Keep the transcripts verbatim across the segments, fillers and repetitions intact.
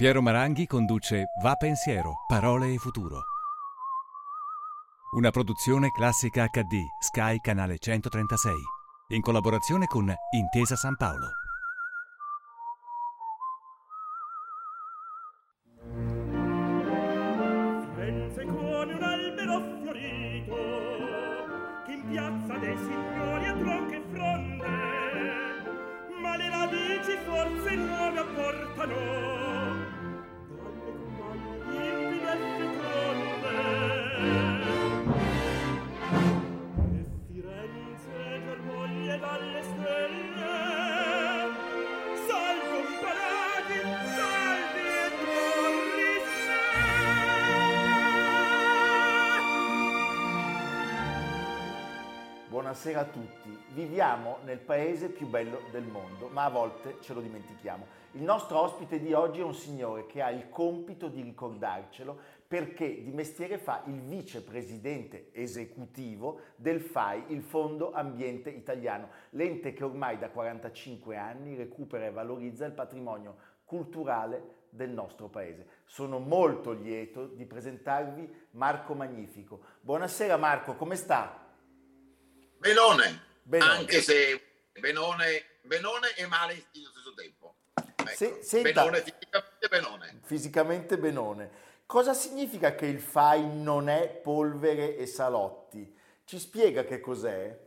Piero Maranghi conduce Va Pensiero, parole e futuro. Una produzione Classica acca di, Sky canale centotrentasei, in collaborazione con Intesa San Paolo. Firenze come un albero fiorito, che in piazza dei signori ha tronche e fronde, ma le radici forse nuove apportano. Buonasera a tutti. Viviamo nel paese più bello del mondo, ma a volte ce lo dimentichiamo. Il nostro ospite di oggi è un signore che ha il compito di ricordarcelo perché di mestiere fa il vicepresidente esecutivo del F A I, il Fondo Ambiente Italiano, l'ente che ormai da quarantacinque anni recupera e valorizza il patrimonio culturale del nostro paese. Sono molto lieto di presentarvi Marco Magnifico. Buonasera Marco, come sta? Benone, Benone. Anche se Benone, Benone e male allo stesso tempo. Ecco, Se, senta, Benone fisicamente Benone. Fisicamente Benone. Cosa significa che il F A I non è polvere e salotti? Ci spiega che cos'è?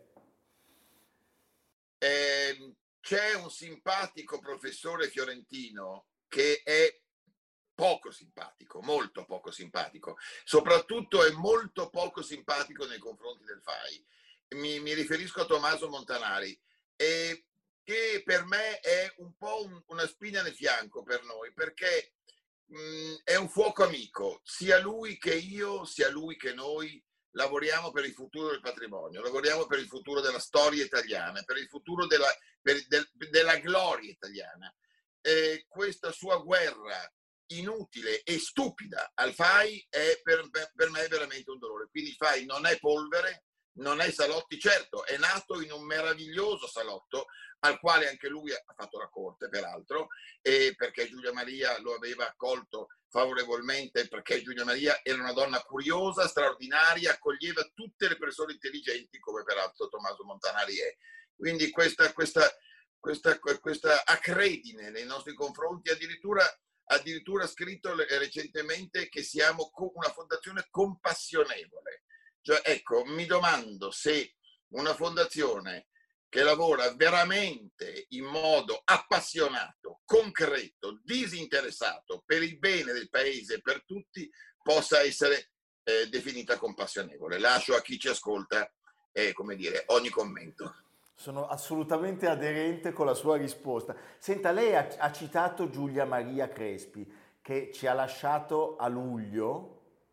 Eh, c'è un simpatico professore fiorentino che è poco simpatico, molto poco simpatico, soprattutto è molto poco simpatico nei confronti del F A I. Mi, mi riferisco a Tommaso Montanari, e che per me è un po' un, una spina nel fianco per noi, perché mh, è un fuoco amico, sia lui che io, sia lui che noi lavoriamo per il futuro del patrimonio, lavoriamo per il futuro della storia italiana, per il futuro della, per, del, della gloria italiana. E questa sua guerra inutile e stupida al F A I è per, per, per me veramente un dolore. Quindi il F A I non è polvere, non è salotti, certo, è nato in un meraviglioso salotto al quale anche lui ha fatto la corte, peraltro, e perché Giulia Maria lo aveva accolto favorevolmente, perché Giulia Maria era una donna curiosa, straordinaria, accoglieva tutte le persone intelligenti, come peraltro Tommaso Montanari è. Quindi questa, questa, questa, questa acredine nei nostri confronti, addirittura addirittura ha scritto recentemente che siamo una fondazione compassionevole. Cioè, ecco, mi domando se una fondazione che lavora veramente in modo appassionato, concreto, disinteressato per il bene del paese e per tutti possa essere eh, definita compassionevole. Lascio a chi ci ascolta, eh, come dire, ogni commento. Sono assolutamente aderente con la sua risposta. Senta, lei ha, ha citato Giulia Maria Crespi, che ci ha lasciato a luglio.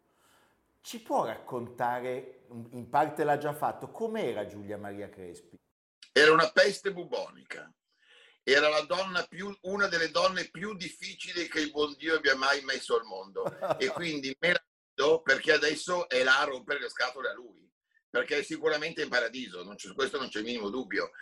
Ci può raccontare, in parte l'ha già fatto, com'era Giulia Maria Crespi? Era una peste bubonica. Era la donna più, una delle donne più difficili che il buon Dio abbia mai messo al mondo. E quindi me la do perché adesso è là a rompere le scatole a lui. Perché è sicuramente in paradiso, non c'è, questo non c'è il minimo dubbio.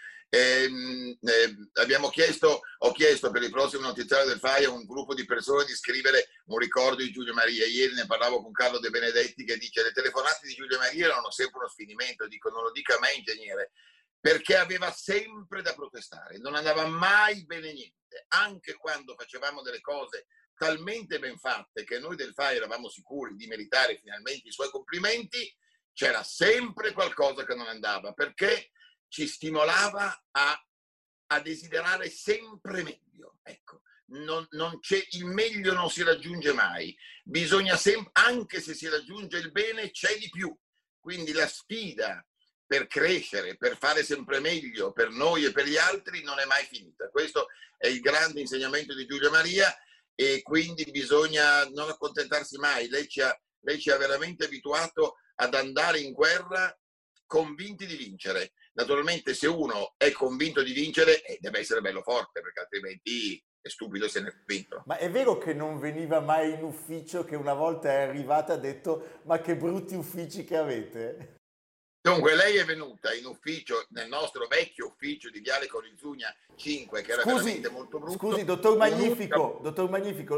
E, eh, abbiamo chiesto, ho chiesto per il prossimo notiziario del F A I a un gruppo di persone di scrivere un ricordo di Giulia Maria. Ieri ne parlavo con Carlo De Benedetti, che dice: le telefonate di Giulia Maria erano sempre uno sfinimento. Dico, non lo dica a me, ingegnere, perché aveva sempre da protestare, non andava mai bene niente, anche quando facevamo delle cose talmente ben fatte che noi del F A I eravamo sicuri di meritare finalmente i suoi complimenti. C'era sempre qualcosa che non andava, perché ci stimolava a, a desiderare sempre meglio. Ecco, non, non c'è, il meglio non si raggiunge mai, bisogna sempre, anche se si raggiunge il bene, c'è di più. Quindi la sfida per crescere, per fare sempre meglio per noi e per gli altri non è mai finita. Questo è il grande insegnamento di Giulia Maria, e quindi bisogna non accontentarsi mai. Lei ci ha, lei ci ha veramente abituato ad andare in guerra convinti di vincere. Naturalmente se uno è convinto di vincere eh, deve essere bello forte, perché altrimenti è stupido se ne è convinto. Ma è vero che non veniva mai in ufficio, che una volta è arrivata e ha detto: ma che brutti uffici che avete? Dunque lei è venuta in ufficio, nel nostro vecchio ufficio di Viale Corinzugna cinque, che era Scusi, veramente molto brutto. scusi, dottor Magnifico, dottor Magnifico,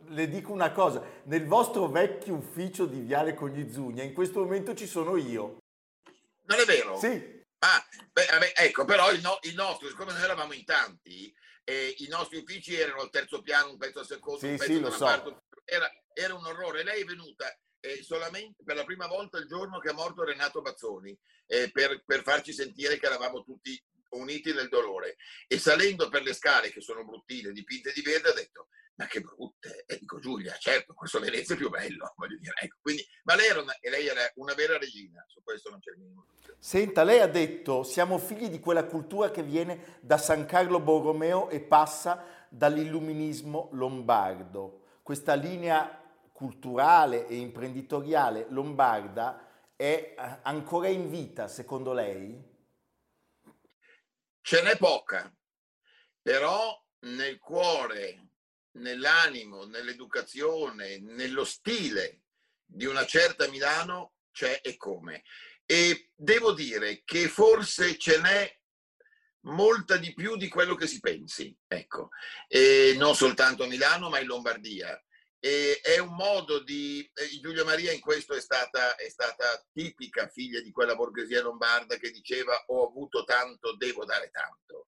le dico una cosa, nel vostro vecchio ufficio di Viale Cognizugna in questo momento ci sono io. Non è vero? Sì. Ah, beh, vabbè, ecco, però il, no, il nostro, siccome noi eravamo in tanti, eh, i nostri uffici erano al terzo piano, un pezzo al secondo, Sì, un pezzo sì, da lo una so. parte, era, era un orrore. Lei è venuta eh, solamente per la prima volta il giorno che è morto Renato Bazzoni, eh, per, per farci sentire che eravamo tutti uniti nel dolore, e salendo per le scale, che sono bruttine, dipinte di verde, ha detto: ma che brutte. E dico: Giulia, certo, questo Venezia è più bello, voglio dire, ecco. Quindi, ma lei era una, e lei era una vera regina, su questo non c'è il minimo. Senta, lei ha detto siamo figli di quella cultura che viene da San Carlo Borromeo e passa dall'illuminismo lombardo. Questa linea culturale e imprenditoriale lombarda è ancora in vita, secondo lei? Ce n'è poca, però nel cuore, nell'animo, nell'educazione, nello stile di una certa Milano c'è e come. E devo dire che forse ce n'è molta di più di quello che si pensi, ecco, e non soltanto a Milano ma in Lombardia. E è un modo di... Giulia Maria in questo è stata, è stata tipica figlia di quella borghesia lombarda che diceva: ho avuto tanto, devo dare tanto.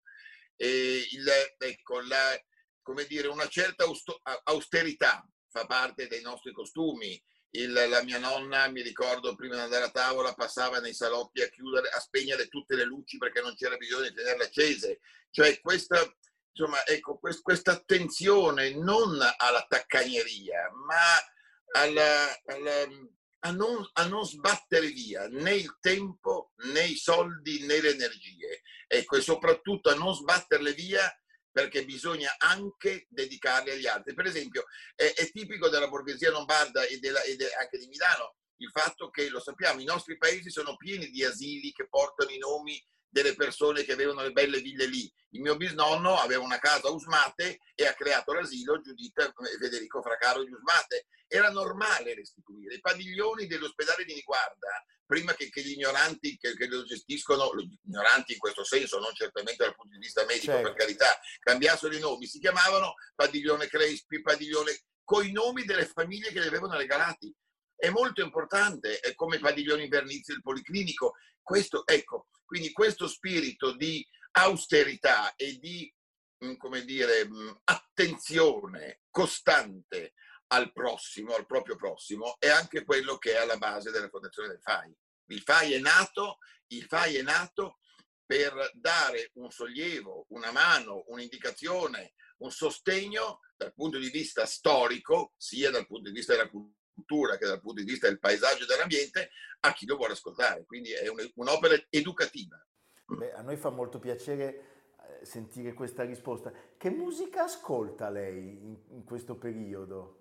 E il, ecco, la, come dire, una certa austerità fa parte dei nostri costumi. Il, la mia nonna, mi ricordo, prima di andare a tavola passava nei salotti a chiudere, a spegnere tutte le luci perché non c'era bisogno di tenerle accese. Cioè questa, insomma, ecco, quest, questa attenzione non alla taccagneria, ma alla, alla, a, non, a non sbattere via né il tempo, né i soldi, né le energie. Ecco, e soprattutto a non sbatterle via, perché bisogna anche dedicarli agli altri. Per esempio, è, è tipico della borghesia lombarda e, della, e de, anche di Milano il fatto che, lo sappiamo, i nostri paesi sono pieni di asili che portano i nomi delle persone che avevano le belle ville lì. Il mio bisnonno aveva una casa a Usmate e ha creato l'asilo Giuditta Federico Fracaro di Usmate. Era normale restituire. I padiglioni dell'ospedale di Niguarda, prima che, che gli ignoranti che, che lo gestiscono, gli ignoranti in questo senso, non certamente dal punto di vista medico, certo, per carità, cambiassero i nomi, si chiamavano Padiglione Crespi, Padiglione, coi nomi delle famiglie che li avevano regalati. È molto importante, è come Padiglione Invernizio del Policlinico. Questo, ecco, quindi questo spirito di austerità e di, come dire, attenzione costante al prossimo, al proprio prossimo, è anche quello che è alla base della fondazione del F A I. Il F A I è nato, il F A I è nato per dare un sollievo, una mano, un'indicazione, un sostegno dal punto di vista storico, sia dal punto di vista della cultura che dal punto di vista del paesaggio e dell'ambiente, a chi lo vuole ascoltare. Quindi è un'opera educativa. Beh, a noi fa molto piacere sentire questa risposta. Che musica ascolta lei in, in questo periodo?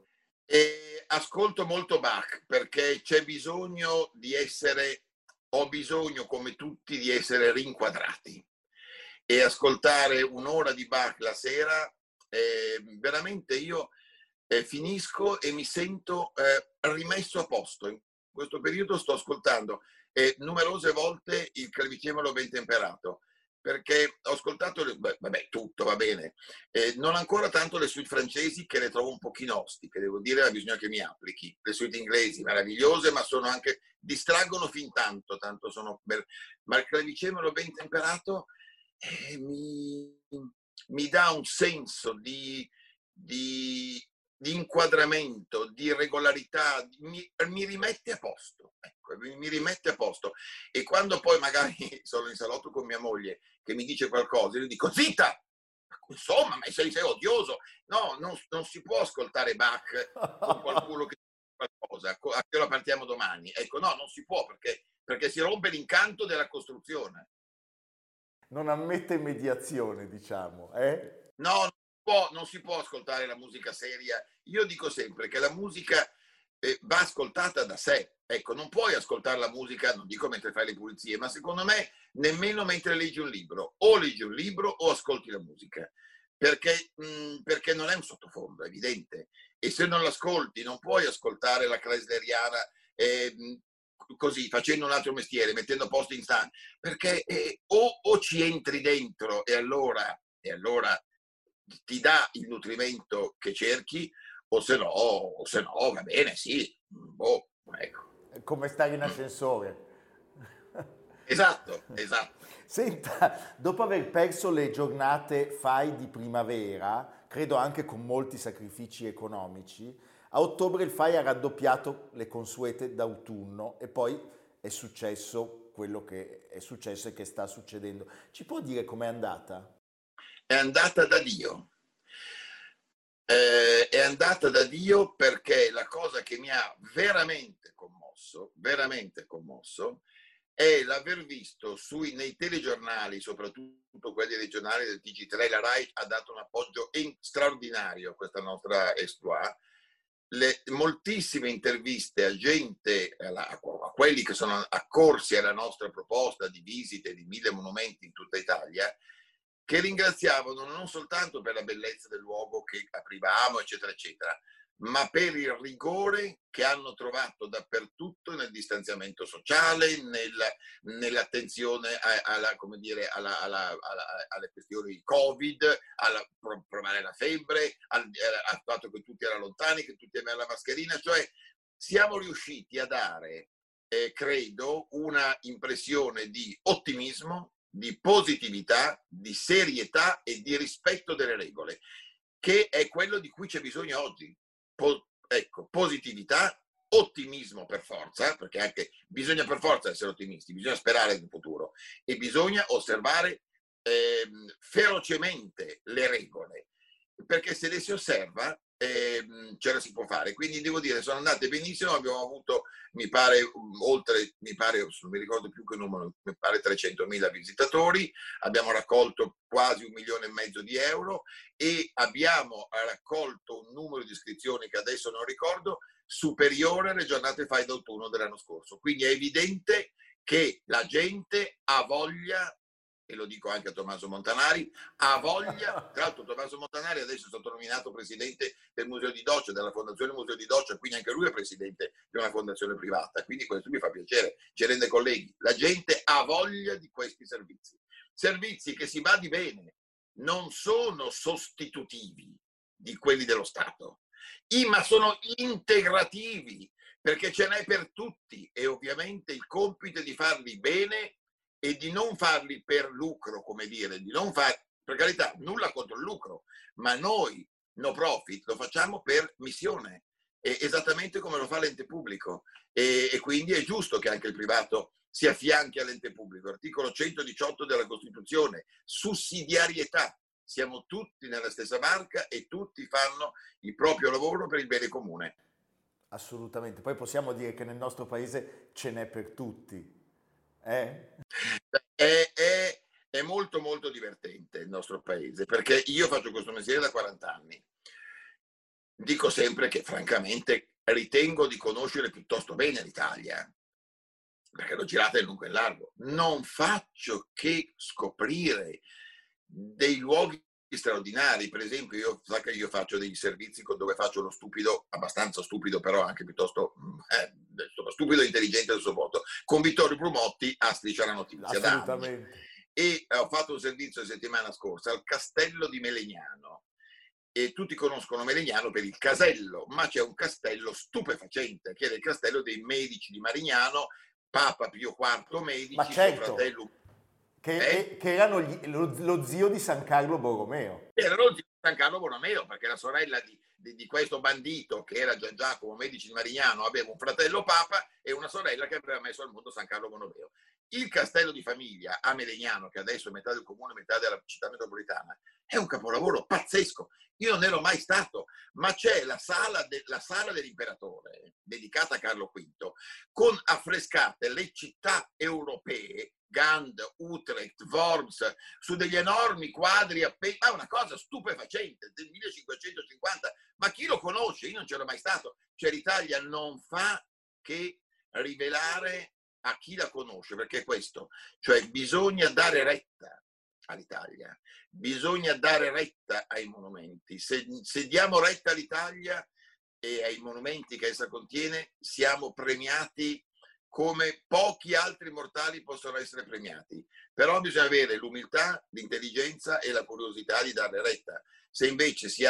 E ascolto molto Bach, perché c'è bisogno di essere, ho bisogno come tutti di essere rinquadrati, e ascoltare un'ora di Bach la sera, eh, veramente io eh, finisco e mi sento eh, rimesso a posto. In questo periodo sto ascoltando eh, numerose volte il Clavicembalo ben temperato, perché ho ascoltato, le, beh, vabbè, tutto va bene, eh, non ancora tanto le suite francesi, che le trovo un pochino ostiche, devo dire, ha bisogno che mi applichi. Le suite inglesi meravigliose, ma sono anche, distraggono fin tanto, tanto sono belle. Ma il Clavicembalo ben temperato eh, mi, mi dà un senso di, di, di inquadramento, di regolarità, mi, mi rimette a posto, ecco, mi rimette a posto. E quando poi magari sono in salotto con mia moglie che mi dice qualcosa, io dico: zitta! Insomma, ma sei, sei odioso. No, non, non si può ascoltare Bach con qualcuno che dice qualcosa. A che ora partiamo domani? Ecco, no, non si può, perché, perché si rompe l'incanto della costruzione. Non ammette mediazione, diciamo, eh? No, non si può, non si può ascoltare la musica seria. Io dico sempre che la musica eh, va ascoltata da sé. Ecco, non puoi ascoltare la musica, non dico mentre fai le pulizie, ma secondo me nemmeno mentre leggi un libro. O leggi un libro o ascolti la musica, perché, mh, perché non è un sottofondo, è evidente. E se non l'ascolti, non puoi ascoltare la Kreisleriana eh, così, facendo un altro mestiere, mettendo a posto in stand, perché eh, o, o ci entri dentro e allora, e allora ti dà il nutrimento che cerchi, o se no, o se no va bene, sì, boh, ecco. È come stare in ascensore. Esatto, esatto. Senta, dopo aver perso le giornate F A I di primavera, credo anche con molti sacrifici economici, a ottobre il F A I ha raddoppiato le consuete d'autunno e poi è successo quello che è successo e che sta succedendo. Ci può dire com'è andata? È andata da Dio. Eh, è andata da Dio perché la cosa che mi ha veramente commosso, veramente commosso, è l'aver visto sui, nei telegiornali, soprattutto quelli regionali del T G tre, la RAI ha dato un appoggio straordinario a questa nostra exploit, le moltissime interviste a gente, a, a quelli che sono accorsi alla nostra proposta di visite di mille monumenti in tutta Italia, che ringraziavano non soltanto per la bellezza del luogo che aprivamo, eccetera, eccetera, ma per il rigore che hanno trovato dappertutto nel distanziamento sociale, nel, nell'attenzione alla, come dire, alla, alla, alla, alle questioni di Covid, alla provare la febbre, al, al fatto che tutti erano lontani, che tutti avevano la mascherina, cioè siamo riusciti a dare, eh, credo, una impressione di ottimismo, di positività, di serietà e di rispetto delle regole, che è quello di cui c'è bisogno oggi. Po- ecco, positività, ottimismo per forza, perché anche bisogna per forza essere ottimisti, bisogna sperare nel futuro e bisogna osservare ehm, ferocemente le regole, perché se le si osserva ehm, ce la si può fare. Quindi devo dire, sono andate benissimo, abbiamo avuto, mi pare, oltre, mi pare, non mi ricordo più che numero, mi pare trecentomila visitatori, abbiamo raccolto quasi un milione e mezzo di euro e abbiamo raccolto un numero di iscrizioni che adesso non ricordo, superiore alle giornate F A I d'autunno dell'anno scorso. Quindi è evidente che la gente ha voglia, e lo dico anche a Tommaso Montanari, ha voglia, tra l'altro Tommaso Montanari adesso è stato nominato presidente del Museo di Doccia, della Fondazione Museo di Doccia, quindi anche lui è presidente di una fondazione privata, quindi questo mi fa piacere, ci rende colleghi. La gente ha voglia di questi servizi, servizi che, si badi bene, non sono sostitutivi di quelli dello Stato, ma sono integrativi, perché ce n'è per tutti e ovviamente il compito è di farli bene e di non farli per lucro, come dire, di non far, per carità, nulla contro il lucro, ma noi, no profit, lo facciamo per missione, e esattamente come lo fa l'ente pubblico, e, e quindi è giusto che anche il privato si affianchi all'ente pubblico. Articolo centodiciotto della Costituzione, sussidiarietà, siamo tutti nella stessa barca e tutti fanno il proprio lavoro per il bene comune. Assolutamente, poi possiamo dire che nel nostro paese ce n'è per tutti. Eh? È, è, è molto molto divertente il nostro paese, perché io faccio questo mestiere da quaranta anni. Dico sempre che francamente ritengo di conoscere piuttosto bene l'Italia, perché l'ho girata in lungo e in largo. Non faccio che scoprire dei luoghi straordinari. Per esempio, io, sa che io faccio dei servizi dove faccio lo stupido, abbastanza stupido, però anche piuttosto eh, stupido e intelligente del suo voto, con Vittorio Brumotti a Striscia la Notizia. Assolutamente. E ho fatto un servizio la settimana scorsa al castello di Melegnano, e tutti conoscono Melegnano per il casello, ma c'è un castello stupefacente che è il castello dei Medici di Marignano, Papa Pio quarto Medici, ma certo, suo fratello che, eh? che erano gli, lo, lo zio di San Carlo Borromeo. Era lo zio di San Carlo Borromeo, perché la sorella di, di, di questo bandito, che era Gian Giacomo Medici di Marignano, aveva un fratello Papa e una sorella che aveva messo al mondo San Carlo Borromeo. Il castello di famiglia a Melegnano, che adesso è metà del comune, metà della città metropolitana, è un capolavoro pazzesco. Io non ero mai stato, ma c'è la sala, de, la sala dell'imperatore, dedicata a Carlo quinto, con affrescate le città europee, Gand, Utrecht, Worms, su degli enormi quadri appesi, ma una cosa stupefacente, del millecinquecentocinquanta, ma chi lo conosce? Io non c'ero mai stato. Cioè l'Italia non fa che rivelare a chi la conosce, perché è questo, cioè bisogna dare retta all'Italia, bisogna dare retta ai monumenti. Se, se diamo retta all'Italia e ai monumenti che essa contiene, siamo premiati come pochi altri mortali possono essere premiati. Però bisogna avere l'umiltà, l'intelligenza e la curiosità di dare retta. Se invece si ha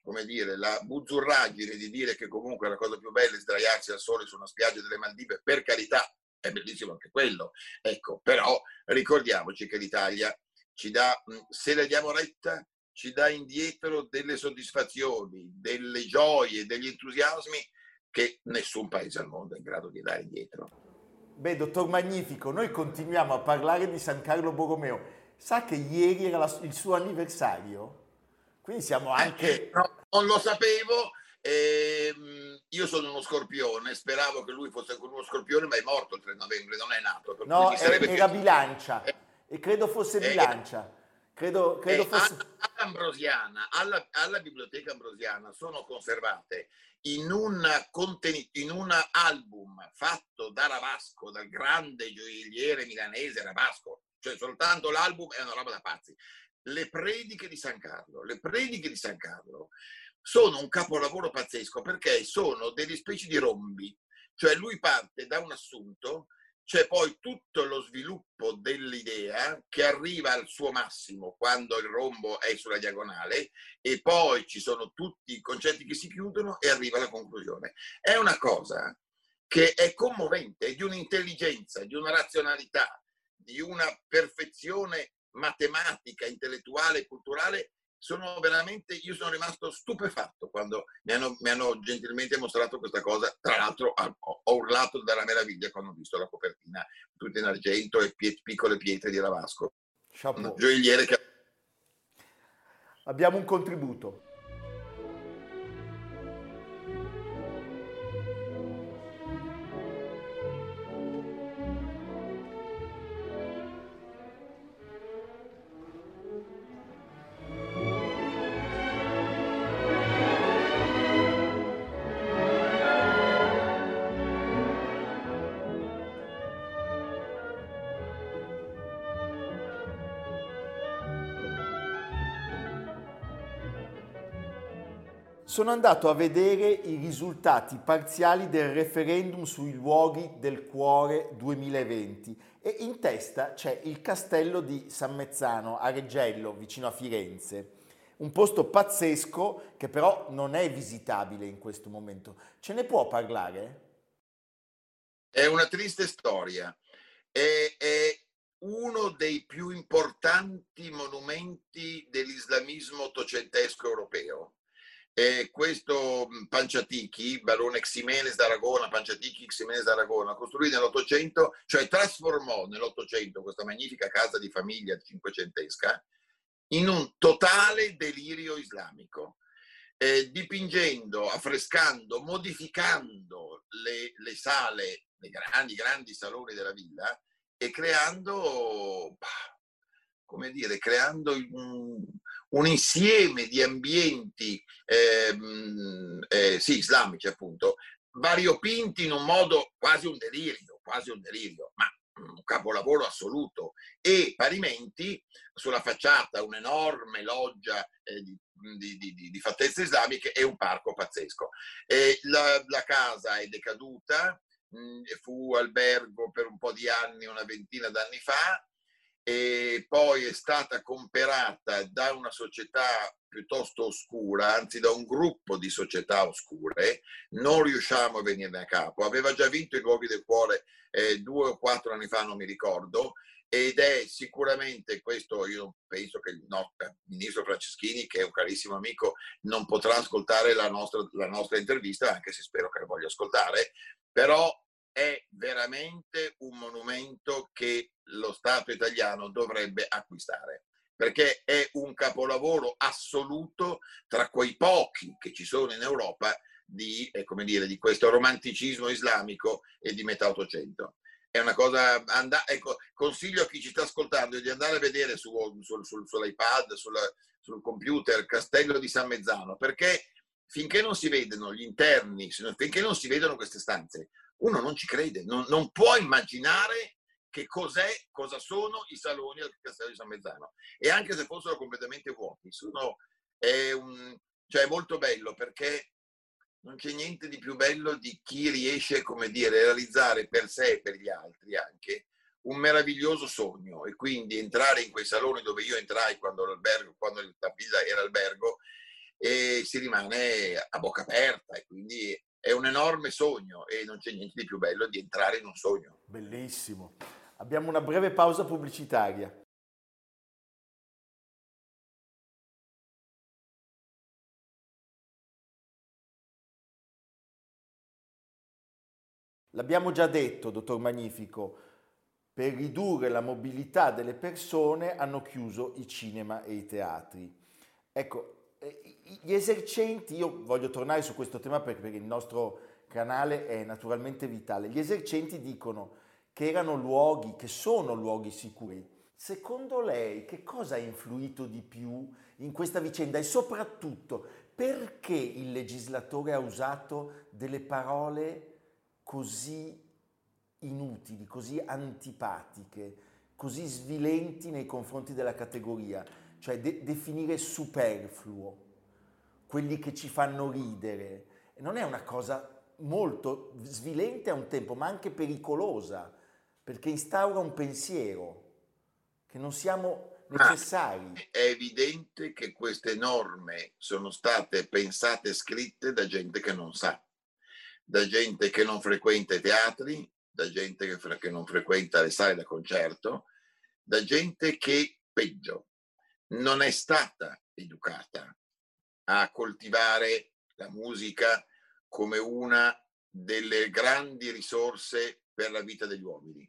come dire, la buzzurraggine di dire che comunque la cosa più bella è sdraiarsi al sole su una spiaggia delle Maldive, per carità, è bellissimo anche quello, ecco, però ricordiamoci che l'Italia ci dà, se le diamo retta, ci dà indietro delle soddisfazioni, delle gioie, degli entusiasmi che nessun paese al mondo è in grado di dare indietro. Beh, dottor Magnifico, noi continuiamo a parlare di San Carlo Borromeo. Sa che ieri era la, il suo anniversario? Quindi siamo anche... Eh, no, non lo sapevo. Eh, io sono uno scorpione, speravo che lui fosse ancora uno scorpione, ma è morto il tre novembre, non è nato. Per no, cui sarebbe era più... Bilancia, eh, e credo fosse eh, Bilancia. Credo, credo eh, fosse... All'Ambrosiana, alla, alla Biblioteca Ambrosiana sono conservate in un, contenito, in un album fatto da Ravasco, dal grande gioielliere milanese Ravasco, cioè soltanto l'album è una roba da pazzi. Le prediche di San Carlo, le prediche di San Carlo sono un capolavoro pazzesco perché sono delle specie di rombi, cioè lui parte da un assunto, c'è poi tutto lo sviluppo dell'idea che arriva al suo massimo quando il rombo è sulla diagonale e poi ci sono tutti i concetti che si chiudono e arriva alla conclusione. È una cosa che è commovente, è di un'intelligenza, di una razionalità, di una perfezione matematica, intellettuale e culturale. Sono veramente, io sono rimasto stupefatto quando mi hanno, mi hanno gentilmente mostrato questa cosa. Tra l'altro ho, ho urlato dalla meraviglia quando ho visto la copertina tutta in argento e pie, piccole pietre di Ravasco. Chapeau. Un gioielliere che... Abbiamo un contributo. Sono andato a vedere i risultati parziali del referendum sui luoghi del cuore duemilaventi e in testa c'è il castello di San Mezzano a Reggello, vicino a Firenze. Un posto pazzesco che però non è visitabile in questo momento. Ce ne può parlare? È una triste storia. È, è uno dei più importanti monumenti dell'islamismo ottocentesco europeo. E questo Panciatichi, barone Ximenes d'Aragona, Panciatichi Ximenes d'Aragona, costruì nell'Ottocento, cioè trasformò nell'Ottocento questa magnifica casa di famiglia cinquecentesca in un totale delirio islamico, eh, dipingendo, affrescando, modificando le, le sale, i grandi, grandi saloni della villa e creando, come dire, creando un, un insieme di ambienti eh, eh, sì, islamici appunto, variopinti in un modo quasi un delirio, quasi un delirio, ma un capolavoro assoluto. E parimenti sulla facciata un'enorme loggia eh, di, di, di, di fattezze islamiche e un parco pazzesco. E la, la casa è decaduta, mh, fu albergo per un po' di anni, una ventina d'anni fa, e poi è stata comperata da una società piuttosto oscura, anzi da un gruppo di società oscure. Non riusciamo a venirne a capo. Aveva già vinto i luoghi del cuore eh, due o quattro anni fa, non mi ricordo, ed è sicuramente questo. Io penso che il nostro ministro Franceschini, che è un carissimo amico, non potrà ascoltare la nostra, la nostra intervista, anche se spero che la voglia ascoltare, però è veramente un monumento che lo Stato italiano dovrebbe acquistare, perché è un capolavoro assoluto tra quei pochi che ci sono in Europa di, eh, come dire, di questo romanticismo islamico e di metà Ottocento. È una cosa, and- ecco, consiglio a chi ci sta ascoltando di andare a vedere su, sul, sul, sull'iPad, sul, sul computer, Castello di San Mezzano, perché finché non si vedono gli interni, finché non si vedono queste stanze, uno non ci crede, non, non può immaginare che cos'è, cosa sono i saloni del Castello di San Mezzano. E anche se fossero completamente vuoti, sono, è, un, cioè è molto bello, perché non c'è niente di più bello di chi riesce, come dire, a realizzare per sé e per gli altri anche un meraviglioso sogno, e quindi entrare in quei saloni dove io entrai quando l'albergo, quando la villa era albergo, e si rimane a bocca aperta, e quindi è un enorme sogno e non c'è niente di più bello di entrare in un sogno. Bellissimo. Abbiamo una breve pausa pubblicitaria. L'abbiamo già detto, dottor Magnifico, per ridurre la mobilità delle persone hanno chiuso i cinema e i teatri. Ecco, gli esercenti, io voglio tornare su questo tema perché il nostro canale è naturalmente vitale. Gli esercenti dicono che erano luoghi, che sono luoghi sicuri. Secondo lei che cosa ha influito di più in questa vicenda e soprattutto perché il legislatore ha usato delle parole così inutili, così antipatiche, così svilenti nei confronti della categoria, cioè de- definire superfluo quelli che ci fanno ridere? Non è una cosa molto svilente a un tempo, ma anche pericolosa, perché instaura un pensiero che non siamo necessari. Ah, è evidente che queste norme sono state pensate e scritte da gente che non sa, da gente che non frequenta i teatri, da gente che, fre- che non frequenta le sale da concerto, da gente che, peggio, non è stata educata a coltivare la musica come una delle grandi risorse per la vita degli uomini.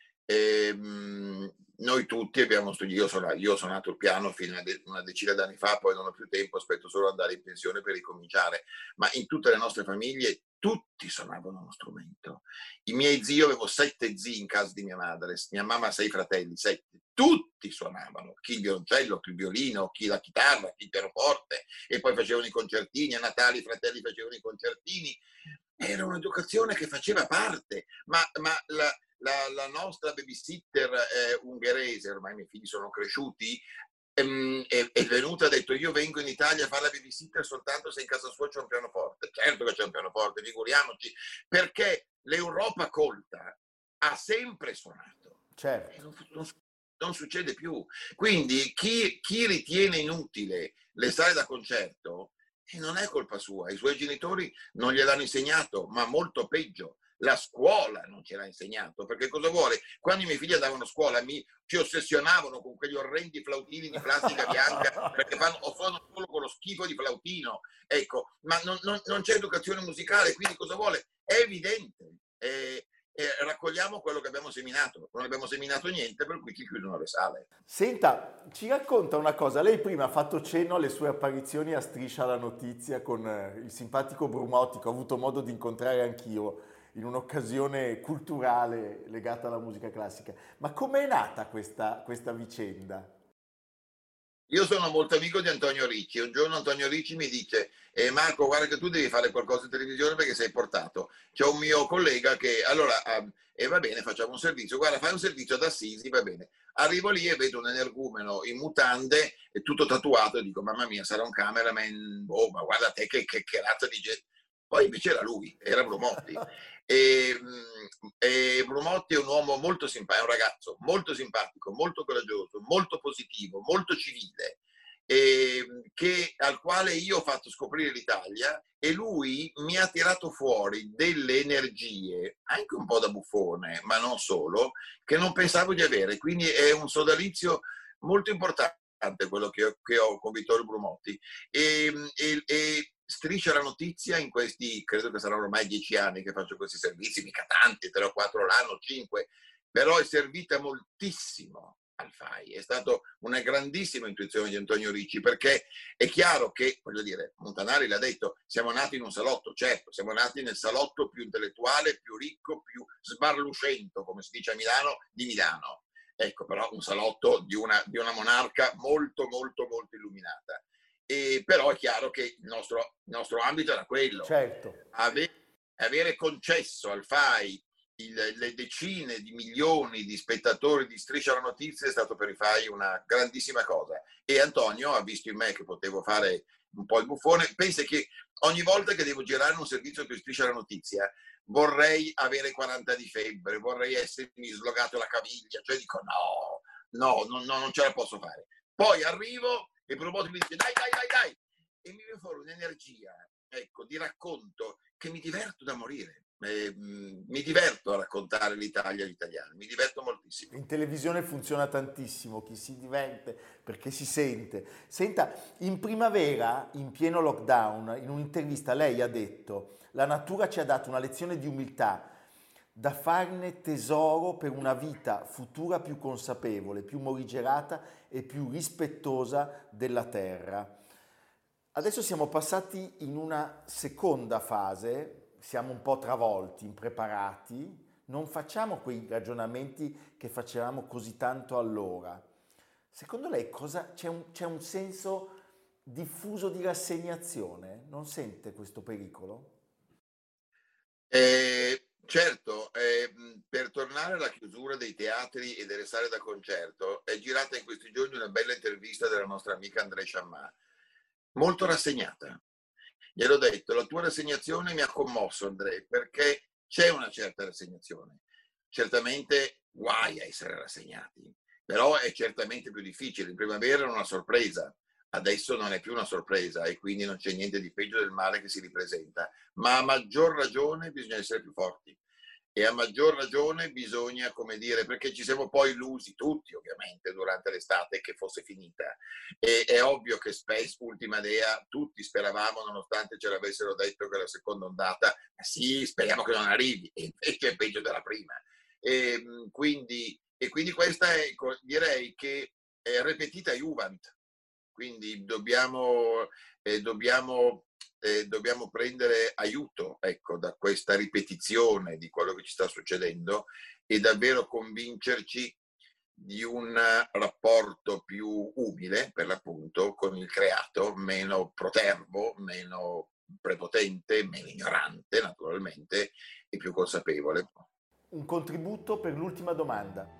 E, mh, noi tutti abbiamo studiato, io sono, io ho suonato il piano fino a de- una decina d'anni fa, poi non ho più tempo, aspetto solo andare in pensione per ricominciare, ma in tutte le nostre famiglie tutti suonavano uno strumento. I miei zii, io avevo sette zii in casa di mia madre, mia mamma ha sei fratelli, sette, tutti suonavano, chi il violoncello, chi il violino, chi la chitarra, chi il pianoforte, e poi facevano i concertini, a Natale i fratelli facevano i concertini. Era un'educazione che faceva parte, ma, ma la, la, la nostra babysitter eh, ungherese, ormai i miei figli sono cresciuti, ehm, è, è venuta e ha detto: io vengo in Italia a fare la babysitter soltanto se in casa sua c'è un pianoforte. Certo che c'è un pianoforte, figuriamoci, perché l'Europa colta ha sempre suonato. Certo. Non, non, non succede più. Quindi chi, chi ritiene inutile le sale da concerto, e non è colpa sua, i suoi genitori non gliel'hanno insegnato, ma molto peggio, la scuola non ce l'ha insegnato, perché cosa vuole? Quando i miei figli andavano a scuola mi ci ossessionavano con quegli orrendi flautini di plastica bianca, perché fanno o fanno solo con lo schifo di flautino, ecco, ma non, non, non c'è educazione musicale, quindi cosa vuole? È evidente, eh, eh, raccogliamo quello che abbiamo seminato, non abbiamo seminato niente, per cui ci chiudono le sale. Senta, ci racconta una cosa, lei prima ha fatto cenno alle sue apparizioni a Striscia la Notizia con eh, il simpatico Brumotti, che ho avuto modo di incontrare anch'io in un'occasione culturale legata alla musica classica. Ma com'è nata questa, questa vicenda? Io sono molto amico di Antonio Ricci. Un giorno Antonio Ricci mi dice: eh, Marco, guarda che tu devi fare qualcosa in televisione perché sei portato. C'è un mio collega che allora, e eh, va bene, facciamo un servizio. Guarda, fai un servizio ad Assisi, va bene. Arrivo lì e vedo un energumeno in mutande e tutto tatuato e dico: mamma mia, sarà un cameraman. Oh, ma guarda te che, che, che razza di gente. Poi invece era lui, era Brumotti. E, e Brumotti è un uomo molto simpatico, è un ragazzo molto simpatico, molto coraggioso, molto positivo, molto civile, e che, al quale io ho fatto scoprire l'Italia, e lui mi ha tirato fuori delle energie, anche un po' da buffone, ma non solo, che non pensavo di avere. Quindi è un sodalizio molto importante quello che ho, che ho con Vittorio Brumotti. E, e, e Striscia la Notizia in questi, credo che saranno ormai dieci anni che faccio questi servizi, mica tanti, tre o quattro l'anno, cinque, però è servita moltissimo al F A I. È stata una grandissima intuizione di Antonio Ricci, perché è chiaro che, voglio dire, Montanari l'ha detto, siamo nati in un salotto, certo, siamo nati nel salotto più intellettuale, più ricco, più sbarluscento, come si dice a Milano, di Milano. Ecco, però un salotto di una, di una monarca molto, molto, molto illuminata. E però è chiaro che il nostro, il nostro ambito era quello. Certo. Ave, avere concesso al F A I il, le decine di milioni di spettatori di Striscia la Notizia è stato per il F A I una grandissima cosa. E Antonio ha visto in me che potevo fare un po' il buffone. Pensa che ogni volta che devo girare un servizio per Striscia la Notizia vorrei avere quaranta di febbre, vorrei essermi slogato la caviglia, cioè dico no, no, no, no non ce la posso fare. Poi arrivo e Brumotti mi dice dai, dai, dai, dai, e mi viene fuori un'energia, ecco, di racconto che mi diverto da morire. Eh, mi diverto a raccontare l'Italia agli italiani, mi diverto moltissimo. In televisione funziona tantissimo, chi si diverte perché si sente. Senta, in primavera, in pieno lockdown, in un'intervista lei ha detto: la natura ci ha dato una lezione di umiltà da farne tesoro per una vita futura più consapevole, più morigerata e più rispettosa della terra. Adesso siamo passati in una seconda fase. Siamo un po' travolti, impreparati, non facciamo quei ragionamenti che facevamo così tanto allora. Secondo lei cosa, c'è, un, c'è un senso diffuso di rassegnazione? Non sente questo pericolo? Eh, certo, eh, per tornare alla chiusura dei teatri e delle sale da concerto, è girata in questi giorni una bella intervista della nostra amica André Chammah, molto rassegnata. Gliel'ho detto, la tua rassegnazione mi ha commosso, Andrea, perché c'è una certa rassegnazione. Certamente guai a essere rassegnati, però è certamente più difficile. In primavera era una sorpresa, adesso non è più una sorpresa e quindi non c'è niente di peggio del male che si ripresenta. Ma a maggior ragione bisogna essere più forti. E a maggior ragione bisogna, come dire, perché ci siamo poi illusi tutti ovviamente durante l'estate che fosse finita. E è ovvio che spesso, ultima dea, tutti speravamo, nonostante ce l'avessero detto che la seconda ondata, sì, speriamo che non arrivi, e invece è peggio della prima. E quindi, e quindi questa è, direi che è repetita Juvent. Quindi dobbiamo, eh, dobbiamo Eh, dobbiamo prendere aiuto, ecco, da questa ripetizione di quello che ci sta succedendo e davvero convincerci di un rapporto più umile, per l'appunto, con il creato, meno protervo, meno prepotente, meno ignorante, naturalmente, e più consapevole. Un contributo per l'ultima domanda.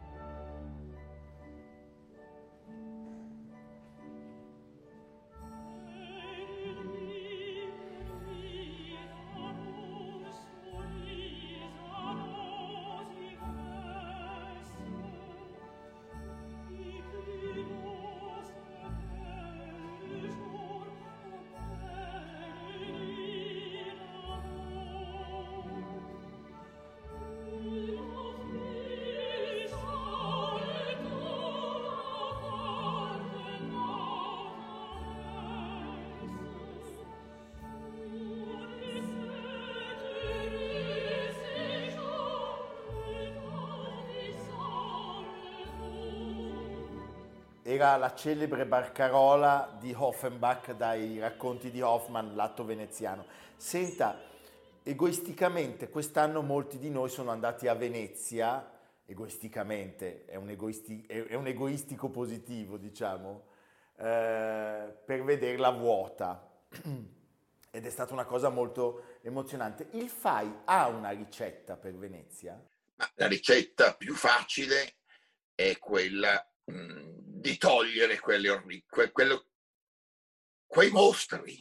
Era la celebre barcarola di Offenbach dai racconti di Hoffmann, l'atto veneziano. Senta, egoisticamente quest'anno molti di noi sono andati a Venezia, egoisticamente, è un, egoisti, è un egoistico positivo, diciamo, eh, per vederla vuota. Ed è stata una cosa molto emozionante. Il F A I ha una ricetta per Venezia? Ma la ricetta più facile è quella di togliere quelle orri- que- quello, quei mostri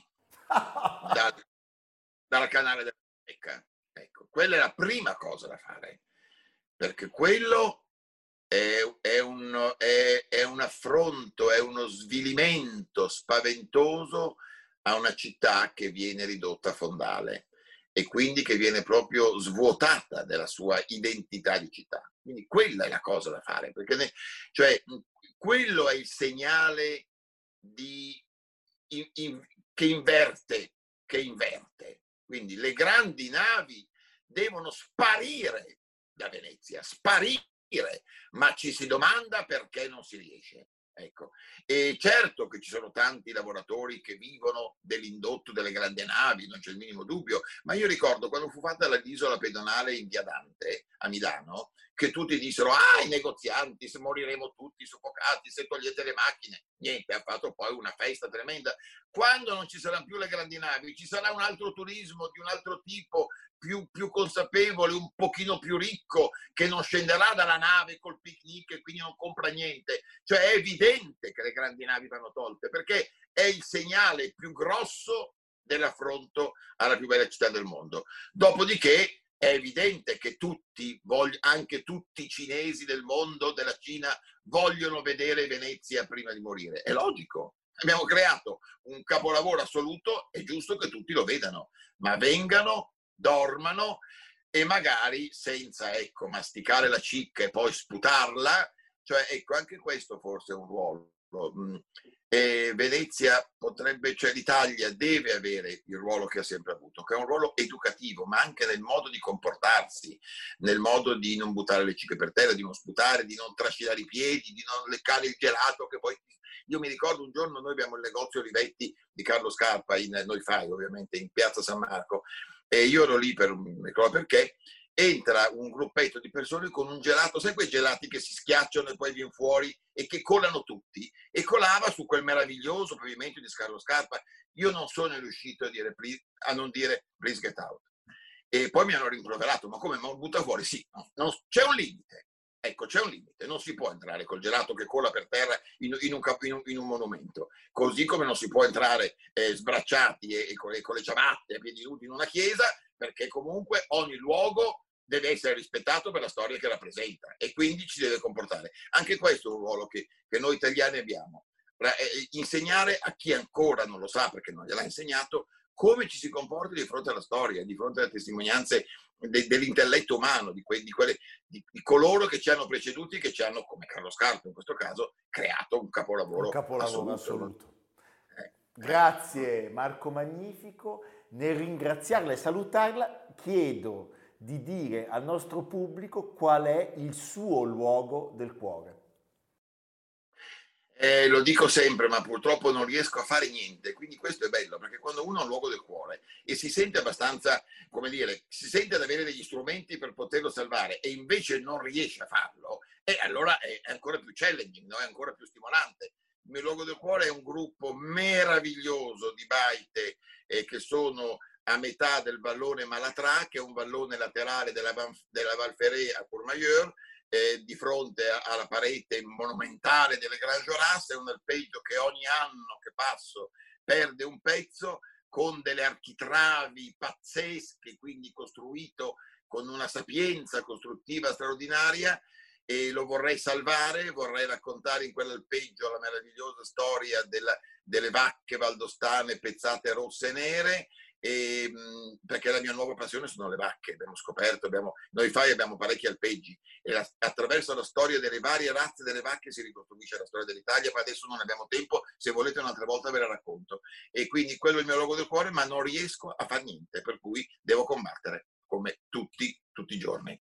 da, dal canale della Becca. Ecco, quella è la prima cosa da fare, perché quello è, è, un, è, è un affronto, è uno svilimento spaventoso a una città che viene ridotta a fondale e quindi che viene proprio svuotata della sua identità di città. Quindi quella è la cosa da fare, perché ne, cioè, quello è il segnale di, in, in, che inverte, che inverte. Quindi le grandi navi devono sparire da Venezia, sparire, ma ci si domanda perché non si riesce. Ecco. E certo che ci sono tanti lavoratori che vivono dell'indotto delle grandi navi, non c'è il minimo dubbio, ma io ricordo quando fu fatta l'isola pedonale in Via Dante a Milano, che tutti dissero: ah, i negozianti, se moriremo tutti soffocati, se togliete le macchine. Niente, ha fatto poi una festa tremenda. Quando non ci saranno più le grandi navi, ci sarà un altro turismo di un altro tipo, più, più consapevole, un pochino più ricco, che non scenderà dalla nave col picnic e quindi non compra niente. Cioè è evidente che le grandi navi vanno tolte, perché è il segnale più grosso dell'affronto alla più bella città del mondo. Dopodiché è evidente che tutti, anche tutti i cinesi del mondo, della Cina, vogliono vedere Venezia prima di morire. È logico, abbiamo creato un capolavoro assoluto, è giusto che tutti lo vedano, ma vengano, dormano e magari senza, ecco, masticare la cicca e poi sputarla, cioè, ecco, anche questo forse è un ruolo. E Venezia potrebbe, cioè l'Italia deve avere il ruolo che ha sempre avuto, che è un ruolo educativo, ma anche nel modo di comportarsi, nel modo di non buttare le cicche per terra, di non sputare, di non trascinare i piedi, di non leccare il gelato che poi... Io mi ricordo un giorno noi abbiamo il negozio Olivetti di Carlo Scarpa, in, noi fai ovviamente, in piazza San Marco, e io ero lì per un perché entra un gruppetto di persone con un gelato, sai quei gelati che si schiacciano e poi viene fuori e che colano tutti, e colava su quel meraviglioso pavimento di Carlo Scarpa. Io non sono riuscito a, dire, a non dire please get out, e poi mi hanno rimproverato, ma come, ma lo butta fuori? Sì, no, non, c'è un limite, ecco, c'è un limite, non si può entrare col gelato che cola per terra in, in, un, in, un, in un monumento, così come non si può entrare eh, sbracciati e, e, con le, con le ciabatte a piedi nudi in una chiesa, perché comunque ogni luogo deve essere rispettato per la storia che rappresenta e quindi ci deve comportare. Anche questo è un ruolo che, che noi italiani abbiamo. Insegnare a chi ancora non lo sa, perché non gliel'ha insegnato, come ci si comporta di fronte alla storia, di fronte alle testimonianze de, dell'intelletto umano, di, que, di, quelle, di, di coloro che ci hanno preceduti, che ci hanno, come Carlo Scarpa in questo caso, creato un capolavoro, un capolavoro assoluto. assoluto. Eh. Grazie Marco Magnifico. Nel ringraziarla e salutarla chiedo di dire al nostro pubblico qual è il suo luogo del cuore. Eh, lo dico sempre, ma purtroppo non riesco a fare niente, quindi questo è bello, perché quando uno ha un luogo del cuore e si sente abbastanza, come dire, si sente ad avere degli strumenti per poterlo salvare e invece non riesce a farlo, e allora è ancora più challenging, no? È ancora più stimolante. Il mio luogo del cuore è un gruppo meraviglioso di baite eh, che sono a metà del vallone Malatrà, che è un vallone laterale della, della Val Ferret a Courmayeur, eh, di fronte alla parete monumentale delle Grand Jorasses. È un alpeggio che ogni anno che passo perde un pezzo, con delle architravi pazzesche, quindi costruito con una sapienza costruttiva straordinaria, e lo vorrei salvare, vorrei raccontare in quell'alpeggio la meravigliosa storia della, delle vacche valdostane pezzate rosse e nere, e, mh, perché la mia nuova passione sono le vacche. Abbiamo scoperto, abbiamo, noi fai abbiamo parecchi alpeggi e la, attraverso la storia delle varie razze delle vacche si ricostruisce la storia dell'Italia, ma adesso non abbiamo tempo, se volete un'altra volta ve la racconto. E quindi quello è il mio luogo del cuore, ma non riesco a fare niente, per cui devo combattere come tutti, tutti i giorni.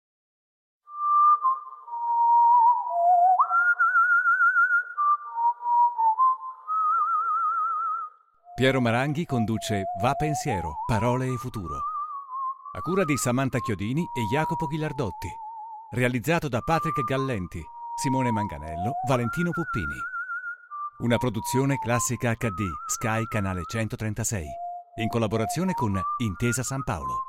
Piero Maranghi conduce Va Pensiero, Parole e Futuro. A cura di Samantha Chiodini e Jacopo Ghilardotti. Realizzato da Patrick Gallenti, Simone Manganello, Valentino Puppini. Una produzione Classica acca di, Sky Canale centotrentasei. In collaborazione con Intesa San Paolo.